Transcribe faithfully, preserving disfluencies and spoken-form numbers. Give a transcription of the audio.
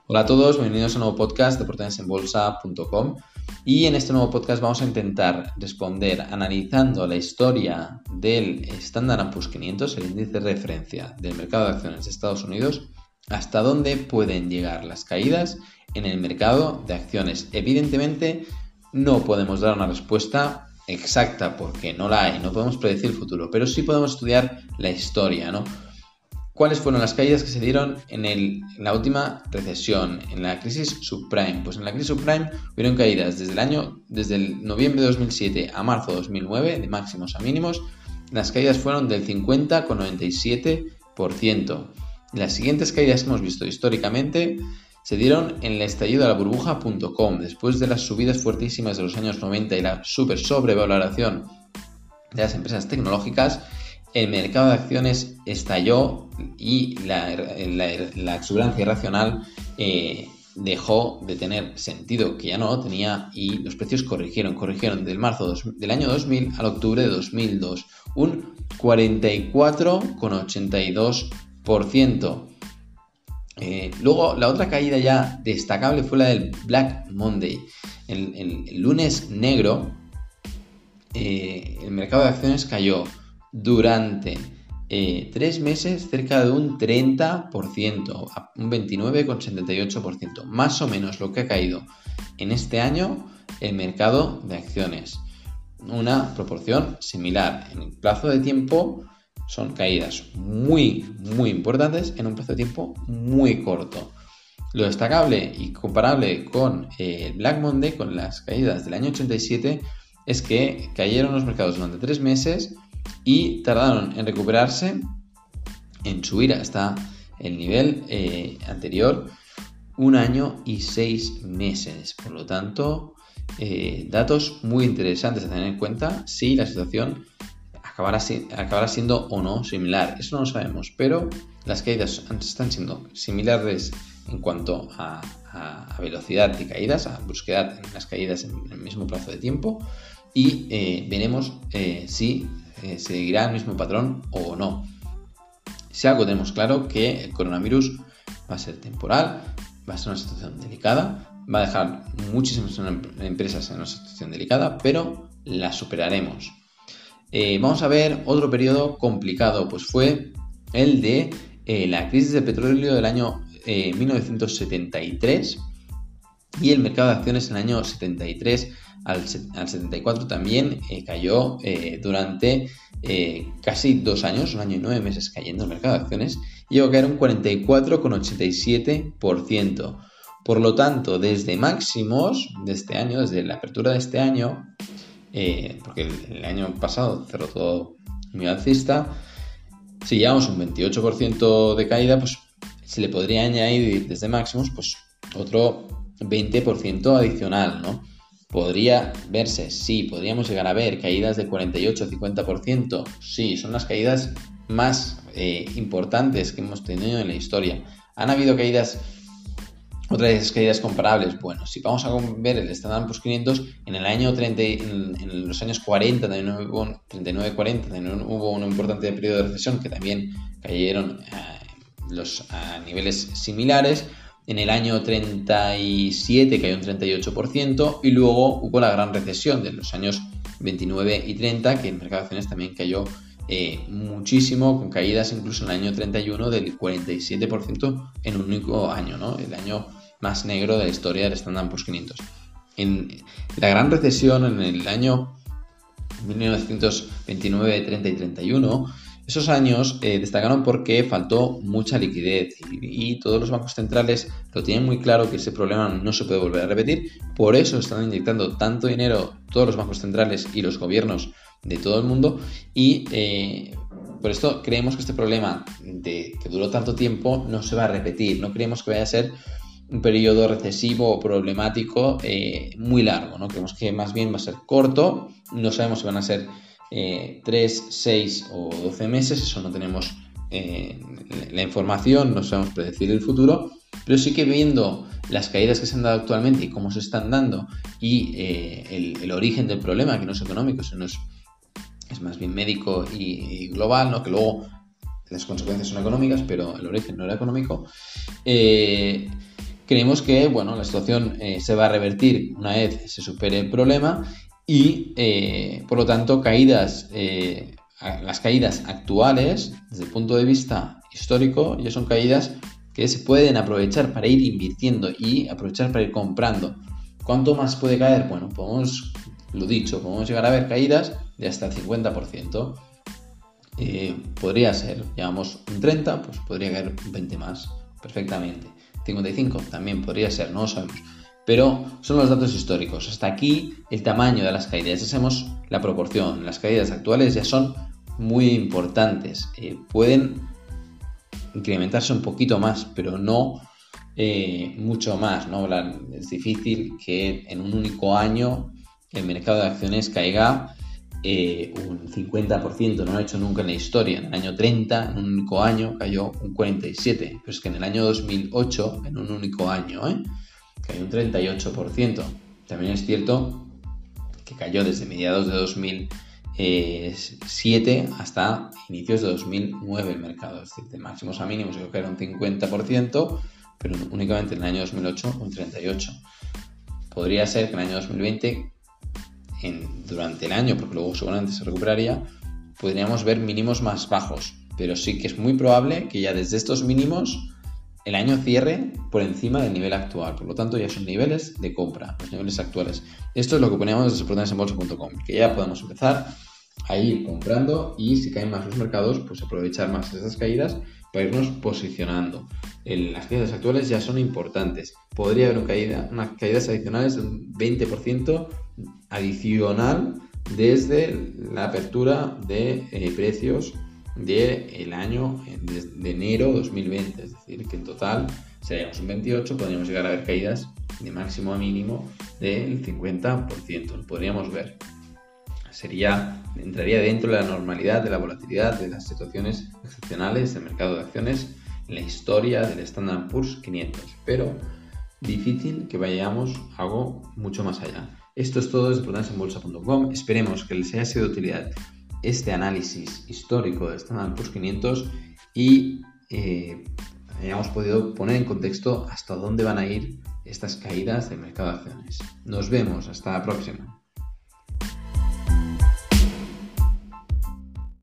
Hola a todos, bienvenidos a un nuevo podcast de oportunidades en bolsa punto com y en este nuevo podcast vamos a intentar responder analizando la historia del Standard and Poor's quinientos, el índice de referencia del mercado de acciones de Estados Unidos, hasta dónde pueden llegar las caídas en el mercado de acciones. Evidentemente no podemos dar una respuesta exacta porque no la hay, no podemos predecir el futuro, pero sí podemos estudiar la historia, ¿no? ¿Cuáles fueron las caídas que se dieron en, el, en la última recesión, en la crisis subprime? Pues en la crisis subprime hubieron caídas desde el año, desde el noviembre de dos mil siete a marzo de dos mil nueve, de máximos a mínimos. Las caídas fueron del cincuenta coma noventa y siete por ciento. Las siguientes caídas que hemos visto históricamente se dieron en el estallido de la burbuja punto com, después de las subidas fuertísimas de los años noventa y la super sobrevaloración de las empresas tecnológicas. El mercado de acciones estalló y la, la, la exuberancia irracional eh, dejó de tener sentido, que ya no lo tenía, y los precios corrigieron, corrigieron del marzo dos, del año dos mil al octubre de dos mil dos, un cuarenta y cuatro coma ochenta y dos por ciento. Eh, luego, la otra caída ya destacable fue la del Black Monday, el, el, el lunes negro. Eh, el mercado de acciones cayó durante eh, tres meses cerca de un treinta por ciento, un veintinueve coma setenta y ocho por ciento, más o menos lo que ha caído en este año el mercado de acciones. Una proporción similar. En el plazo de tiempo son caídas muy, muy importantes en un plazo de tiempo muy corto. Lo destacable y comparable con eh, Black Monday, con las caídas del año ochenta y siete, es que cayeron los mercados durante tres meses y tardaron en recuperarse, en subir hasta el nivel eh, anterior, un año y seis meses. Por lo tanto, eh, datos muy interesantes a tener en cuenta si la situación acabará, si, acabará siendo o no similar. Eso no lo sabemos, pero las caídas están siendo similares en cuanto a, a, a velocidad de caídas, a brusquedad en las caídas en el mismo plazo de tiempo, y eh, veremos eh, si eh, seguirá el mismo patrón o no. Si algo tenemos claro, que el coronavirus va a ser temporal, va a ser una situación delicada, va a dejar muchísimas empresas en una situación delicada, pero la superaremos. Eh, vamos a ver otro periodo complicado, pues fue el de eh, la crisis del petróleo del año eh, mil novecientos setenta y tres y el mercado de acciones en el año setenta y tres al, al setenta y cuatro también eh, cayó eh, durante eh, casi dos años, un año y nueve meses cayendo el mercado de acciones, y llegó a caer un cuarenta y cuatro coma ochenta y siete por ciento. Por lo tanto, desde máximos de este año, desde la apertura de este año, eh, porque el, el año pasado cerró todo muy alcista, si llevamos un veintiocho por ciento de caída, pues se le podría añadir desde máximos pues otro veinte por ciento adicional, ¿no? Podría verse, sí, podríamos llegar a ver caídas de cuarenta y ocho a cincuenta por ciento, sí, son las caídas más eh, importantes que hemos tenido en la historia. ¿Han habido caídas, otras caídas comparables? Bueno, si vamos a ver el Standard and Poor's quinientos, en el año treinta, en, en los años cuarenta, también hubo treinta y nueve cuarenta, también hubo un importante periodo de recesión que también cayeron eh, los, a niveles similares. En el año treinta y siete cayó un treinta y ocho por ciento y luego hubo la gran recesión de los años veintinueve y treinta, que el mercado de acciones también cayó eh, muchísimo, con caídas incluso en el año treinta y uno del cuarenta y siete por ciento en un único año, ¿no? El año más negro de la historia del Standard and Poor's quinientos. En la gran recesión en el año mil novecientos veintinueve, treinta y treinta y uno, esos años eh, destacaron porque faltó mucha liquidez y, y todos los bancos centrales lo tienen muy claro que ese problema no se puede volver a repetir. Por eso están inyectando tanto dinero todos los bancos centrales y los gobiernos de todo el mundo, y eh, por esto creemos que este problema de, que duró tanto tiempo no se va a repetir. No creemos que vaya a ser un periodo recesivo o problemático eh, muy largo, ¿no? Creemos que más bien va a ser corto. No sabemos si van a ser Eh, tres, seis o doce meses, eso no tenemos eh, la información, no sabemos predecir el futuro, pero sí que viendo las caídas que se han dado actualmente y cómo se están dando, y eh, el, el origen del problema, que no es económico, sino es, es más bien médico y, y global, ¿no? Que luego las consecuencias son económicas, pero el origen no era económico, eh, creemos que bueno, la situación eh, se va a revertir una vez se supere el problema y eh, por lo tanto caídas, eh, las caídas actuales desde el punto de vista histórico ya son caídas que se pueden aprovechar para ir invirtiendo y aprovechar para ir comprando. ¿Cuánto más puede caer? Bueno, podemos, lo dicho, podemos llegar a ver caídas de hasta el cincuenta por ciento. Eh, podría ser, llevamos un treinta, pues podría caer un veinte más, perfectamente. cincuenta y cinco también podría ser, no lo sabemos. Pero son los datos históricos. Hasta aquí el tamaño de las caídas. Ya sabemos la proporción. Las caídas actuales ya son muy importantes. Eh, pueden incrementarse un poquito más, pero no eh, mucho más, ¿no? Es difícil que en un único año el mercado de acciones caiga eh, un cincuenta por ciento, no lo ha hecho nunca en la historia. En el año treinta, en un único año, cayó un cuarenta y siete por ciento, pero es que en el año dos mil ocho, en un único año, ¿eh? cayó un treinta y ocho por ciento. También es cierto que cayó desde mediados de dos mil siete hasta inicios de dos mil nueve el mercado, es decir, de máximos a mínimos creo que era un cincuenta por ciento, pero únicamente en el año dos mil ocho un treinta y ocho por ciento. Podría ser que en el año dos mil veinte, en, durante el año, porque luego seguramente se recuperaría, podríamos ver mínimos más bajos, pero sí que es muy probable que ya desde estos mínimos el año cierre por encima del nivel actual. Por lo tanto, ya son niveles de compra, los niveles actuales. Esto es lo que poníamos desde oportunidades en bolsa punto com, que ya podemos empezar a ir comprando y si caen más los mercados, pues aprovechar más esas caídas para irnos posicionando. El, las caídas actuales ya son importantes. Podría haber una caída, unas caídas adicionales de un veinte por ciento adicional desde la apertura de eh, precios del año de, de enero dos mil veinte, es decir, que en total seríamos un veintiocho, podríamos llegar a ver caídas de máximo a mínimo del cincuenta por ciento, lo podríamos ver. Sería, entraría dentro de la normalidad de la volatilidad de las situaciones excepcionales del mercado de acciones en la historia del Standard and Poor's quinientos, pero difícil que vayamos algo mucho más allá. Esto es todo desde oportunidades en bolsa punto com. Esperemos que les haya sido de utilidad este análisis histórico del Standard and Poor's quinientos y eh, hayamos podido poner en contexto hasta dónde van a ir estas caídas del mercado de acciones. Nos vemos, hasta la próxima.